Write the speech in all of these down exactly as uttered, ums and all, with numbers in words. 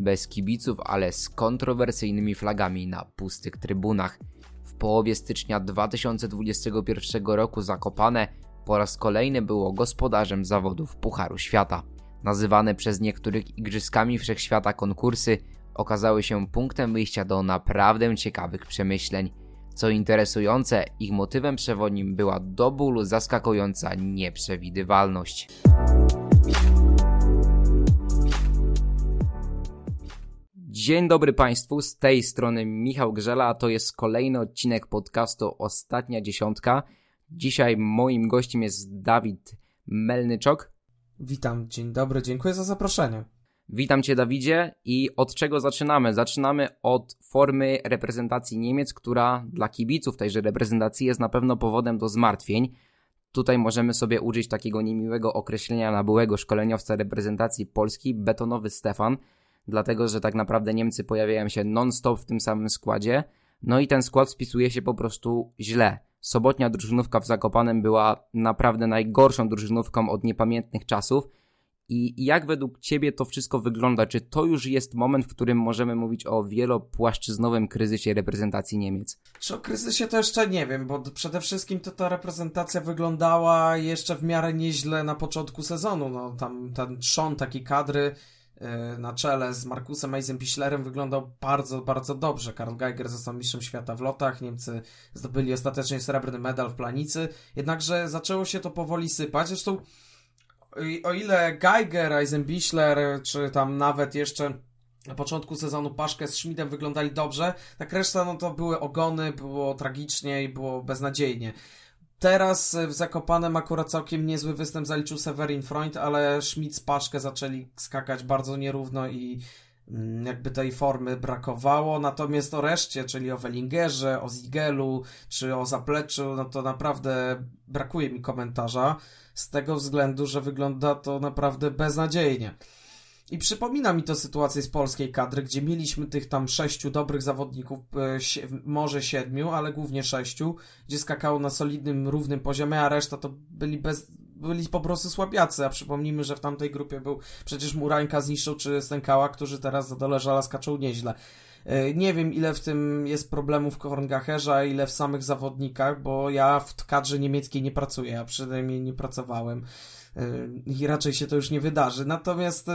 bez kibiców, ale z kontrowersyjnymi flagami na pustych trybunach. W połowie stycznia dwa tysiące dwudziestego pierwszego roku Zakopane po raz kolejny było gospodarzem zawodów Pucharu Świata. Nazywane przez niektórych Igrzyskami Wszechświata konkursy okazały się punktem wyjścia do naprawdę ciekawych przemyśleń. Co interesujące, ich motywem przewodnim była do bólu zaskakująca nieprzewidywalność. Dzień dobry Państwu, z tej strony Michał Grzela, a to jest kolejny odcinek podcastu Ostatnia Dziesiątka. Dzisiaj moim gościem jest Dawid Melnyczok. Witam, dzień dobry, dziękuję za zaproszenie. Witam Cię, Dawidzie, i od czego zaczynamy? Zaczynamy od formy reprezentacji Niemiec, która dla kibiców tejże reprezentacji jest na pewno powodem do zmartwień. Tutaj możemy sobie użyć takiego niemiłego określenia na byłego szkoleniowca reprezentacji Polski, betonowy Stefan, dlatego że tak naprawdę Niemcy pojawiają się non-stop w tym samym składzie, no i ten skład spisuje się po prostu źle. Sobotnia drużynówka w Zakopanem była naprawdę najgorszą drużynówką od niepamiętnych czasów. I jak według Ciebie to wszystko wygląda? Czy to już jest moment, w którym możemy mówić o wielopłaszczyznowym kryzysie reprezentacji Niemiec? Czy o kryzysie to jeszcze nie wiem, bo przede wszystkim to ta reprezentacja wyglądała jeszcze w miarę nieźle na początku sezonu. No tam ten trzon takiej kadry yy, na czele z Markusem Eisenbichlerem wyglądał bardzo, bardzo dobrze. Karl Geiger został mistrzem świata w lotach, Niemcy zdobyli ostatecznie srebrny medal w planicy, jednakże zaczęło się to powoli sypać. Zresztą o ile Geiger, Eisenbichler, czy tam nawet jeszcze na początku sezonu Paszke z Schmidem wyglądali dobrze, tak reszta no to były ogony, było tragicznie i było beznadziejnie. Teraz w Zakopanem akurat całkiem niezły występ zaliczył Severin Freund, ale Schmid z Paszke zaczęli skakać bardzo nierówno i jakby tej formy brakowało, natomiast o reszcie, czyli o Wellingerze, o Zigelu, czy o zapleczu, no to naprawdę brakuje mi komentarza, z tego względu, że wygląda to naprawdę beznadziejnie. I przypomina mi to sytuację z polskiej kadry, gdzie mieliśmy tych tam sześciu dobrych zawodników, może siedmiu, ale głównie sześciu, gdzie skakało na solidnym, równym poziomie, a reszta to byli bez... byli po prostu słabiacy, a przypomnijmy, że w tamtej grupie był przecież Murańka, Zniszczą czy Stękała, którzy teraz za dole żala skaczą nieźle. Nie wiem, ile w tym jest problemów w Horngacherze, a ile w samych zawodnikach, bo ja w kadrze niemieckiej nie pracuję, ja przynajmniej nie pracowałem i raczej się to już nie wydarzy. Natomiast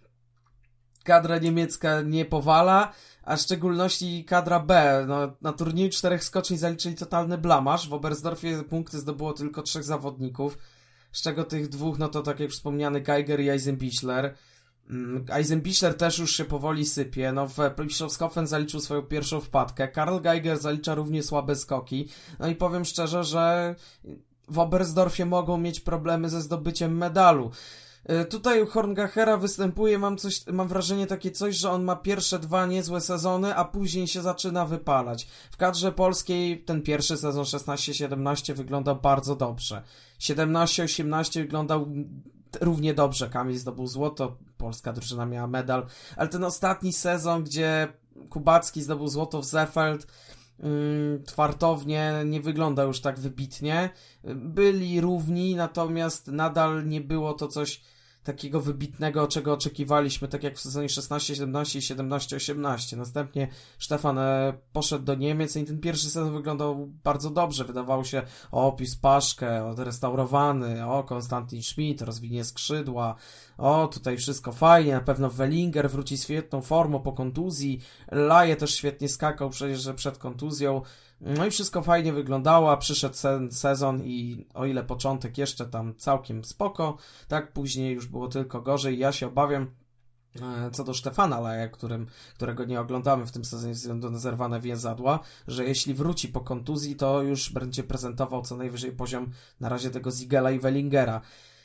kadra niemiecka nie powala, a w szczególności kadra B. No, na turnieju czterech skoczni zaliczyli totalny blamaż. W Oberstdorfie punkty zdobyło tylko trzech zawodników, z czego tych dwóch, no to tak jak wspomniany Geiger i Eisenbichler. Eisenbichler też już się powoli sypie. No w Bischofshofen zaliczył swoją pierwszą wpadkę. Karl Geiger zalicza równie słabe skoki. No i powiem szczerze, że w Oberstdorfie mogą mieć problemy ze zdobyciem medalu. Tutaj u Horngachera występuje, mam coś, mam wrażenie takie coś, że on ma pierwsze dwa niezłe sezony, a później się zaczyna wypalać. W kadrze polskiej ten pierwszy sezon szesnaście siedemnaście wyglądał bardzo dobrze. siedemnaście osiemnaście wyglądał równie dobrze. Kamil zdobył złoto, polska drużyna miała medal, ale ten ostatni sezon, gdzie Kubacki zdobył złoto w Seefeld, mm, twartownie, nie wygląda już tak wybitnie. Byli równi, natomiast nadal nie było to coś takiego wybitnego, czego oczekiwaliśmy, tak jak w sezonie szesnaście siedemnaście i siedemnaście osiemnaście. Następnie Stefan e, poszedł do Niemiec i ten pierwszy sezon wyglądał bardzo dobrze. Wydawało się, o, opis Paszkę, odrestaurowany, o, Konstantin Schmid rozwinie skrzydła, o, tutaj wszystko fajnie, na pewno Wellinger wróci świetną formą po kontuzji, Laje też świetnie skakał przecież że przed kontuzją. No i wszystko fajnie wyglądało, a przyszedł sen, sezon i o ile początek jeszcze tam całkiem spoko, tak później już było tylko gorzej. Ja się obawiam e, co do Stefana Laja, którym, którego nie oglądamy w tym sezonie ze względu na zerwane więzadła, że jeśli wróci po kontuzji, to już będzie prezentował co najwyżej poziom na razie tego Zigela i Wellingera.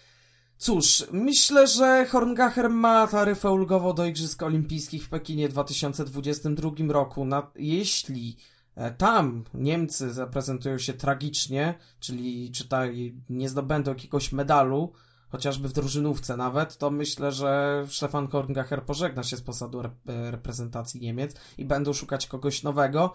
Cóż, myślę, że Horngacher ma taryfę ulgową do Igrzysk Olimpijskich w Pekinie w dwa tysiące dwudziestym drugim roku. Na, jeśli tam Niemcy zaprezentują się tragicznie, czyli czytaj, nie zdobędą jakiegoś medalu, chociażby w drużynówce nawet, to myślę, że Stefan Horngacher pożegna się z posadu reprezentacji Niemiec i będą szukać kogoś nowego.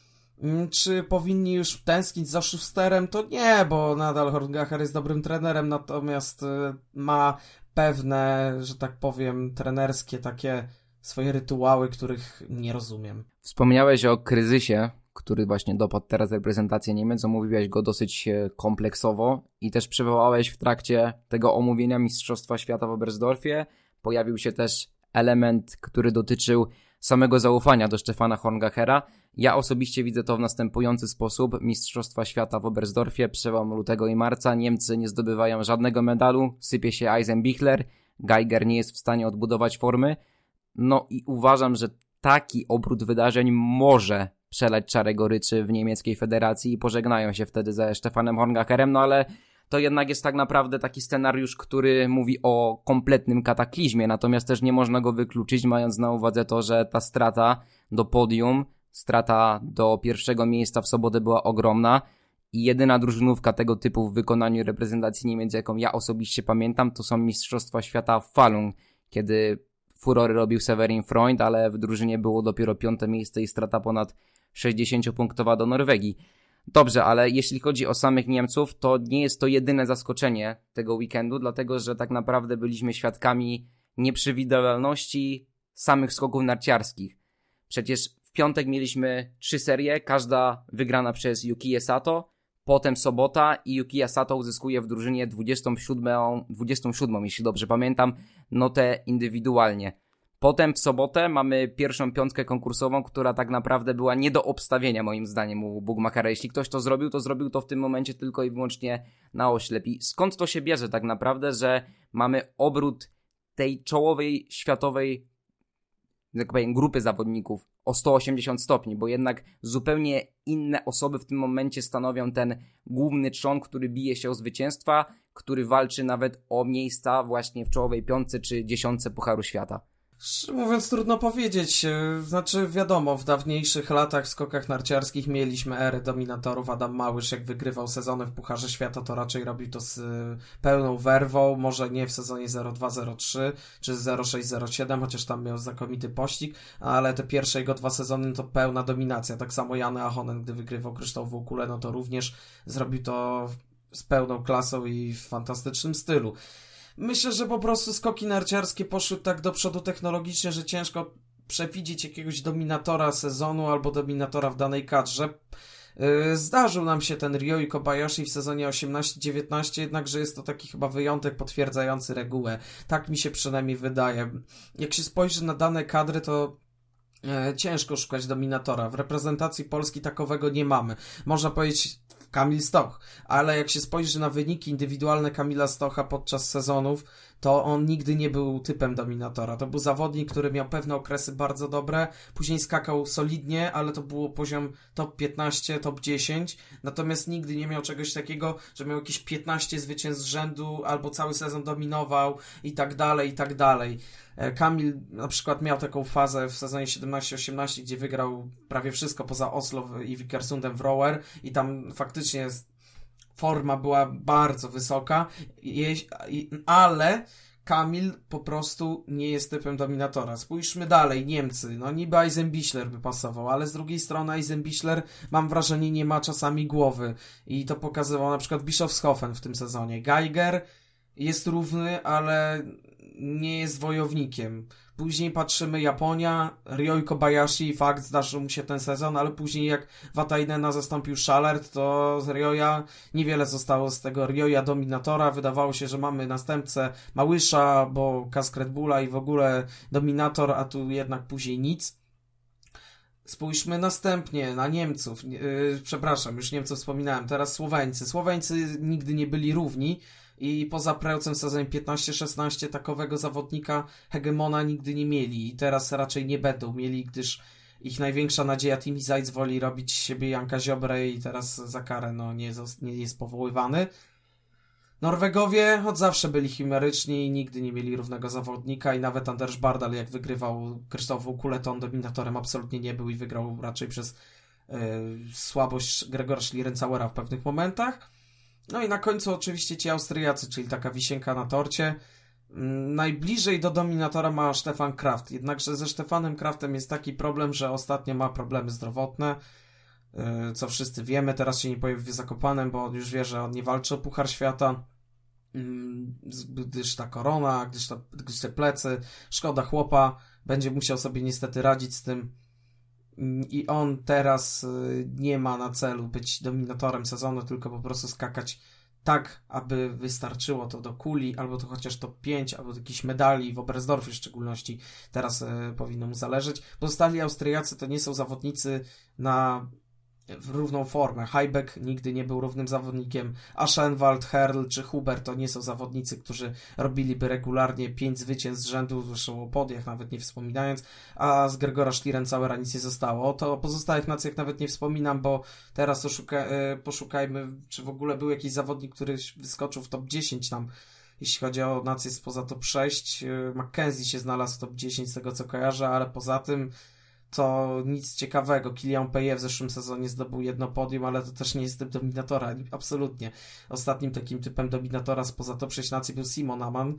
Czy powinni już tęsknić za Schusterem? To nie, bo nadal Horngacher jest dobrym trenerem, natomiast ma pewne, że tak powiem, trenerskie takie swoje rytuały, których nie rozumiem. Wspomniałeś o kryzysie, który właśnie dopadł teraz reprezentację Niemiec, omówiłeś go dosyć kompleksowo i też przywołałeś w trakcie tego omówienia Mistrzostwa Świata w Oberstdorfie. Pojawił się też element, który dotyczył samego zaufania do Stefana Horngachera. Ja osobiście widzę to w następujący sposób. Mistrzostwa Świata w Oberstdorfie, przełom lutego i marca. Niemcy nie zdobywają żadnego medalu, sypie się Eisenbichler, Geiger nie jest w stanie odbudować formy. No i uważam, że taki obrót wydarzeń może przelać czarę goryczy w niemieckiej federacji i pożegnają się wtedy ze Stefanem Horngacherem, no ale to jednak jest tak naprawdę taki scenariusz, który mówi o kompletnym kataklizmie, natomiast też nie można go wykluczyć, mając na uwadze to, że ta strata do podium, strata do pierwszego miejsca w sobotę była ogromna i jedyna drużynówka tego typu w wykonaniu reprezentacji Niemiec, jaką ja osobiście pamiętam, to są Mistrzostwa Świata w Falun, kiedy furory robił Severin Freund, ale w drużynie było dopiero piąte miejsce i strata ponad sześćdziesięciopunktowa do Norwegii. Dobrze, ale jeśli chodzi o samych Niemców, to nie jest to jedyne zaskoczenie tego weekendu, dlatego że tak naprawdę byliśmy świadkami nieprzewidywalności samych skoków narciarskich. Przecież w piątek mieliśmy trzy serie, każda wygrana przez Yukiya Sato, potem sobota i Yukiya Sato uzyskuje w drużynie dwudziestą siódmą, dwudziestą siódmą, jeśli dobrze pamiętam, notę indywidualnie. Potem w sobotę mamy pierwszą piątkę konkursową, która tak naprawdę była nie do obstawienia moim zdaniem u Bugmachera. Jeśli ktoś to zrobił, to zrobił to w tym momencie tylko i wyłącznie na oślep. I skąd to się bierze tak naprawdę, że mamy obrót tej czołowej światowej, jak powiem, grupy zawodników o sto osiemdziesiąt stopni, bo jednak zupełnie inne osoby w tym momencie stanowią ten główny trzon, który bije się o zwycięstwa, który walczy nawet o miejsca właśnie w czołowej piątce czy dziesiątce Pucharu Świata. Szczerze mówiąc, trudno powiedzieć. Znaczy, wiadomo, w dawniejszych latach w skokach narciarskich mieliśmy erę dominatorów. Adam Małysz, jak wygrywał sezony w Pucharze Świata, to raczej robił to z pełną werwą. Może nie w sezonie zero dwa zero trzy czy zero sześć zero siedem, chociaż tam miał znakomity pościg, ale te pierwsze jego dwa sezony to pełna dominacja. Tak samo Janne Ahonen, gdy wygrywał kryształową kulę, no to również zrobił to z pełną klasą i w fantastycznym stylu. Myślę, że po prostu skoki narciarskie poszły tak do przodu technologicznie, że ciężko przewidzieć jakiegoś dominatora sezonu albo dominatora w danej kadrze. Zdarzył nam się ten Ryoi Kobayashi w sezonie osiemnaście dziewiętnaście, jednakże jest to taki chyba wyjątek potwierdzający regułę. Tak mi się przynajmniej wydaje. Jak się spojrzy na dane kadry, to ciężko szukać dominatora. W reprezentacji Polski takowego nie mamy. Można powiedzieć Kamil Stoch, ale jak się spojrzy na wyniki indywidualne Kamila Stocha podczas sezonów, to on nigdy nie był typem dominatora. To był zawodnik, który miał pewne okresy bardzo dobre, później skakał solidnie, ale to było poziom top piętnaście, top dziesięć, natomiast nigdy nie miał czegoś takiego, że miał jakieś piętnaście zwycięstw z rzędu, albo cały sezon dominował i tak dalej, i tak dalej. Kamil na przykład miał taką fazę w sezonie siedemnaście osiemnaście, gdzie wygrał prawie wszystko poza Oslo i Vikersundem w rower i tam faktycznie forma była bardzo wysoka, ale Kamil po prostu nie jest typem dominatora. Spójrzmy dalej, Niemcy, no niby Eisenbichler by pasował, ale z drugiej strony Eisenbichler, mam wrażenie, nie ma czasami głowy i to pokazywał na przykład Bischofshofen w tym sezonie. Geiger jest równy, ale nie jest wojownikiem. Później patrzymy Japonia, Ryoi Kobayashi, fakt, zdarzył mu się ten sezon, ale później jak Vatainena zastąpił Schallert, to z Ryoja niewiele zostało z tego Ryoja dominatora. Wydawało się, że mamy następcę Małysza, bo kask Red Bulla i w ogóle dominator, a tu jednak później nic. Spójrzmy następnie na Niemców. Yy, przepraszam, już Niemców wspominałem. Teraz Słoweńcy. Słoweńcy nigdy nie byli równi. I poza Prełcem w sezonie piętnaście szesnaście takowego zawodnika hegemona nigdy nie mieli i teraz raczej nie będą mieli, gdyż ich największa nadzieja Timi Zajc woli robić z siebie Janka Ziobrę i teraz za karę no, nie, jest, nie jest powoływany. Norwegowie od zawsze byli chimeryczni i nigdy nie mieli równego zawodnika i nawet Anders Bardal, jak wygrywał kryształową kulę, to on dominatorem absolutnie nie był i wygrał raczej przez yy, słabość Gregora Schlierencauera w pewnych momentach. No i na końcu oczywiście ci Austriacy, czyli taka wisienka na torcie. Najbliżej do dominatora ma Stefan Kraft, jednakże ze Stefanem Kraftem jest taki problem, że ostatnio ma problemy zdrowotne, co wszyscy wiemy. Teraz się nie pojawi w Zakopanem, bo on już wie, że on nie walczy o Puchar Świata, gdyż ta korona, gdyż, ta, gdyż te plecy, szkoda chłopa, będzie musiał sobie niestety radzić z tym i on teraz nie ma na celu być dominatorem sezonu, tylko po prostu skakać tak, aby wystarczyło to do kuli, albo to chociaż top pięć, albo do jakichś medali, w Oberstdorfie w szczególności teraz e, powinno mu zależeć. Pozostali Austriacy to nie są zawodnicy na w równą formę. Heibeck nigdy nie był równym zawodnikiem, Aschenwald, Herl czy Huber to nie są zawodnicy, którzy robiliby regularnie pięć zwycięstw z rzędu, zresztą o podiach nawet nie wspominając, a z Gregora Schlierencauera nic nie zostało. To o pozostałych nacjach nawet nie wspominam, bo teraz to szuka, poszukajmy, czy w ogóle był jakiś zawodnik, który wyskoczył w top dziesięć nam, jeśli chodzi o nację spoza top sześć. McKenzie się znalazł w top dziesięć z tego co kojarzę, ale poza tym to nic ciekawego. Kylian Payet w zeszłym sezonie zdobył jedno podium, ale to też nie jest typ dominatora, absolutnie. Ostatnim takim typem dominatora spoza top sześć nacji był Simon Ammann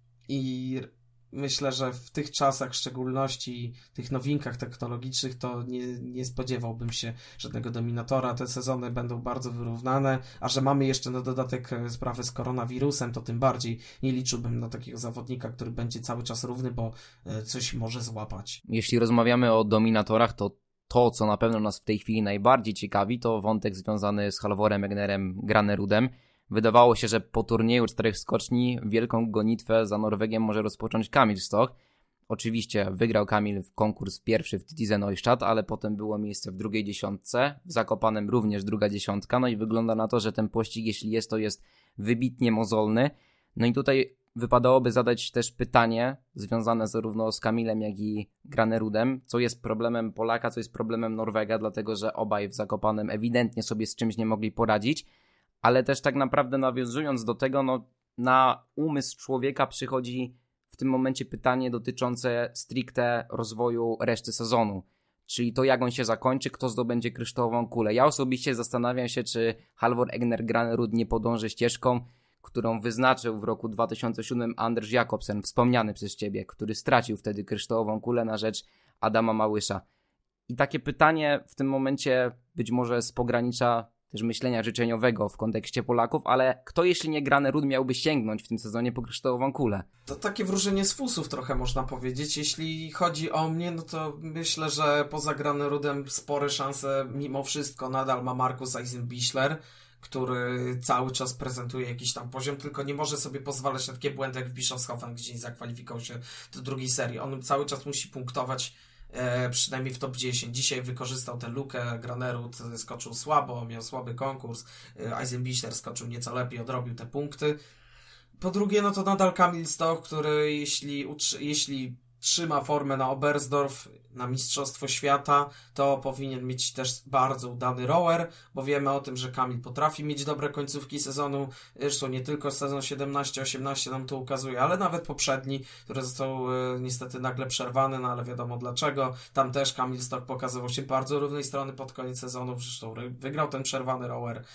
i myślę, że w tych czasach, w szczególności tych nowinkach technologicznych, to nie, nie spodziewałbym się żadnego dominatora. Te sezony będą bardzo wyrównane, a że mamy jeszcze na dodatek sprawę z koronawirusem, to tym bardziej nie liczyłbym na takiego zawodnika, który będzie cały czas równy, bo coś może złapać. Jeśli rozmawiamy o dominatorach, to to, co na pewno nas w tej chwili najbardziej ciekawi, to wątek związany z Halvorem Egnerem Granerudem. Wydawało się, że po turnieju czterech skoczni wielką gonitwę za Norwegiem może rozpocząć Kamil Stoch. Oczywiście wygrał Kamil w konkurs pierwszy w Titize Neustadt, ale potem było miejsce w drugiej dziesiątce, w Zakopanem również druga dziesiątka, no i wygląda na to, że ten pościg, jeśli jest, to jest wybitnie mozolny. No i tutaj wypadałoby zadać też pytanie związane zarówno z Kamilem, jak i Granerudem, co jest problemem Polaka, co jest problemem Norwega, dlatego że obaj w Zakopanem ewidentnie sobie z czymś nie mogli poradzić. Ale też tak naprawdę nawiązując do tego, no na umysł człowieka przychodzi w tym momencie pytanie dotyczące stricte rozwoju reszty sezonu. Czyli to, jak on się zakończy, kto zdobędzie kryształową kulę. Ja osobiście zastanawiam się, czy Halvor Egner Granerud nie podąży ścieżką, którą wyznaczył w roku dwa tysiące siódmym Anders Jakobsen, wspomniany przez ciebie, który stracił wtedy kryształową kulę na rzecz Adama Małysza. I takie pytanie w tym momencie być może z pogranicza też myślenia życzeniowego w kontekście Polaków, ale kto jeśli nie Granerud miałby sięgnąć w tym sezonie po kryształową kulę? To takie wróżenie z fusów trochę można powiedzieć. Jeśli chodzi o mnie, no to myślę, że poza Granerudem spore szanse mimo wszystko nadal ma Markus Eisenbichler, który cały czas prezentuje jakiś tam poziom, tylko nie może sobie pozwalać na takie błędy jak w Bischofshofen, gdzie nie zakwalifikował się do drugiej serii. On cały czas musi punktować e, przynajmniej w top dziesięć. Dzisiaj wykorzystał tę lukę, Granerud skoczył słabo, miał słaby konkurs, e, Eisenbichler skoczył nieco lepiej, odrobił te punkty. Po drugie, no to nadal Kamil Stoch, który jeśli, utrzy- jeśli trzyma formę na Oberstdorf, na Mistrzostwo Świata, to powinien mieć też bardzo udany rower, bo wiemy o tym, że Kamil potrafi mieć dobre końcówki sezonu, zresztą nie tylko sezon siedemnaście osiemnaście nam to ukazuje, ale nawet poprzedni, który został e, niestety nagle przerwany, no ale wiadomo dlaczego. Tam też Kamil Stoch pokazywał się bardzo równej strony pod koniec sezonu, zresztą wygrał ten przerwany rower.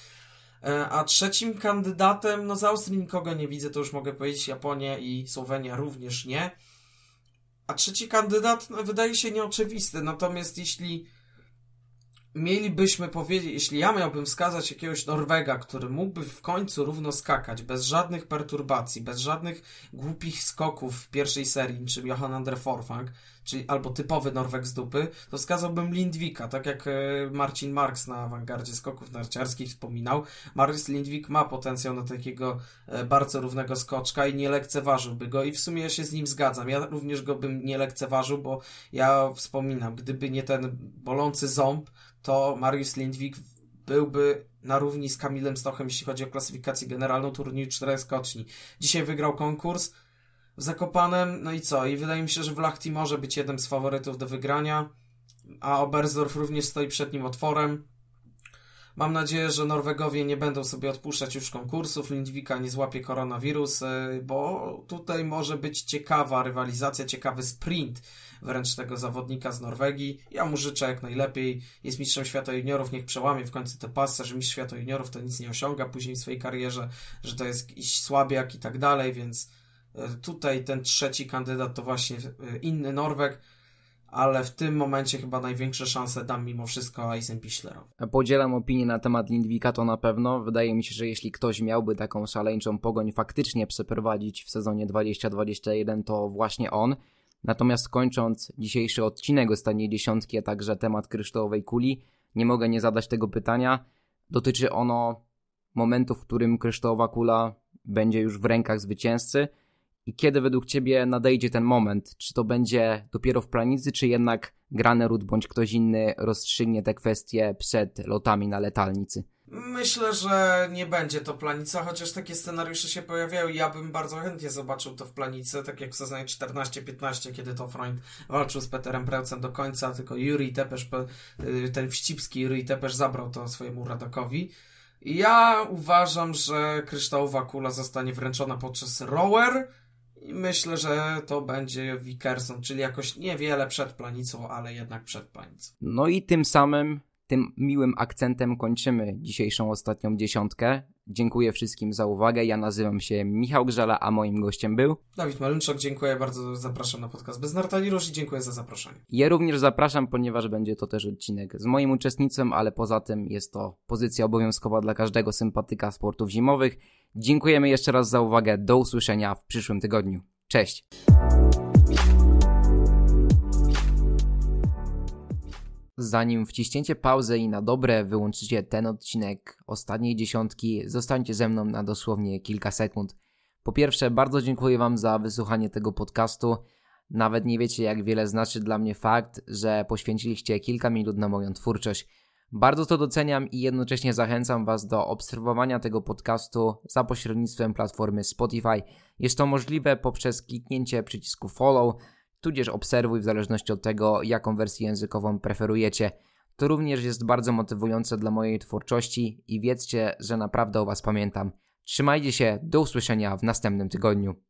E, a trzecim kandydatem, no z Austrii nikogo nie widzę, to już mogę powiedzieć, Japonia i Słowenia również nie. A trzeci kandydat no, wydaje się nieoczywisty, natomiast jeśli mielibyśmy powiedzieć, jeśli ja miałbym wskazać jakiegoś Norwega, który mógłby w końcu równo skakać, bez żadnych perturbacji, bez żadnych głupich skoków w pierwszej serii, niczym Johan Andre Forfang, czyli albo typowy Norweg z dupy, to wskazałbym Lindvika, tak jak Marcin Marks na awangardzie skoków narciarskich wspominał. Marius Lindvik ma potencjał na takiego bardzo równego skoczka i nie lekceważyłby go i w sumie ja się z nim zgadzam. Ja również go bym nie lekceważył, bo ja wspominam, gdyby nie ten bolący ząb, to Marius Lindvik byłby na równi z Kamilem Stochem, jeśli chodzi o klasyfikację generalną turnieju czterech skoczni. Dzisiaj wygrał konkurs w Zakopanem, no i co? I wydaje mi się, że w Lahti może być jednym z faworytów do wygrania, a Oberstdorf również stoi przed nim otworem. Mam nadzieję, że Norwegowie nie będą sobie odpuszczać już konkursów, Lindvika nie złapie koronawirus, bo tutaj może być ciekawa rywalizacja, ciekawy sprint wręcz tego zawodnika z Norwegii. Ja mu życzę jak najlepiej. Jest mistrzem świata juniorów, niech przełamie w końcu te pasy, że mistrz świata juniorów to nic nie osiąga później w swojej karierze, że to jest jakiś słabiak i tak dalej, więc tutaj ten trzeci kandydat to właśnie inny Norweg, ale w tym momencie chyba największe szanse dam mimo wszystko Eisenbichlerowi. Podzielam opinię na temat Lindvika, to na pewno. Wydaje mi się, że jeśli ktoś miałby taką szaleńczą pogoń faktycznie przeprowadzić w sezonie dwudziestym dwudziestym pierwszym, to właśnie on. Natomiast kończąc dzisiejszy odcinek Ostatniej Dziesiątki, a także temat kryształowej kuli, nie mogę nie zadać tego pytania. Dotyczy ono momentu, w którym kryształowa kula będzie już w rękach zwycięzcy i kiedy według Ciebie nadejdzie ten moment? Czy to będzie dopiero w Planicy, czy jednak Granerud bądź ktoś inny rozstrzygnie te kwestie przed lotami na letalnicy? Myślę, że nie będzie to Planica, chociaż takie scenariusze się pojawiają i ja bym bardzo chętnie zobaczył to w Planicy, tak jak w sezonie czternaście piętnaście, kiedy to Freund walczył z Peterem Preußem do końca, tylko Jurij Tepesz, ten wścibski Jurij Tepesz zabrał to swojemu Radokowi. Ja uważam, że kryształowa kula zostanie wręczona podczas Rower i myślę, że to będzie Wickerson, czyli jakoś niewiele przed Planicą, ale jednak przed Planicą. No i tym samym, tym miłym akcentem kończymy dzisiejszą Ostatnią Dziesiątkę. Dziękuję wszystkim za uwagę. Ja nazywam się Michał Grzela, a moim gościem był Dawid Malynczak. Dziękuję bardzo, zapraszam na podcast Bez Narta ani Róż i dziękuję za zaproszenie. Ja również zapraszam, ponieważ będzie to też odcinek z moim uczestnictwem, ale poza tym jest to pozycja obowiązkowa dla każdego sympatyka sportów zimowych. Dziękujemy jeszcze raz za uwagę. Do usłyszenia w przyszłym tygodniu. Cześć! Zanim wciśniecie pauzę i na dobre wyłączycie ten odcinek Ostatniej Dziesiątki, zostańcie ze mną na dosłownie kilka sekund. Po pierwsze, bardzo dziękuję Wam za wysłuchanie tego podcastu. Nawet nie wiecie, jak wiele znaczy dla mnie fakt, że poświęciliście kilka minut na moją twórczość. Bardzo to doceniam i jednocześnie zachęcam Was do obserwowania tego podcastu za pośrednictwem platformy Spotify. Jest to możliwe poprzez kliknięcie przycisku follow, tudzież obserwuj w zależności od tego, jaką wersję językową preferujecie. To również jest bardzo motywujące dla mojej twórczości i wiedzcie, że naprawdę o Was pamiętam. Trzymajcie się, do usłyszenia w następnym tygodniu.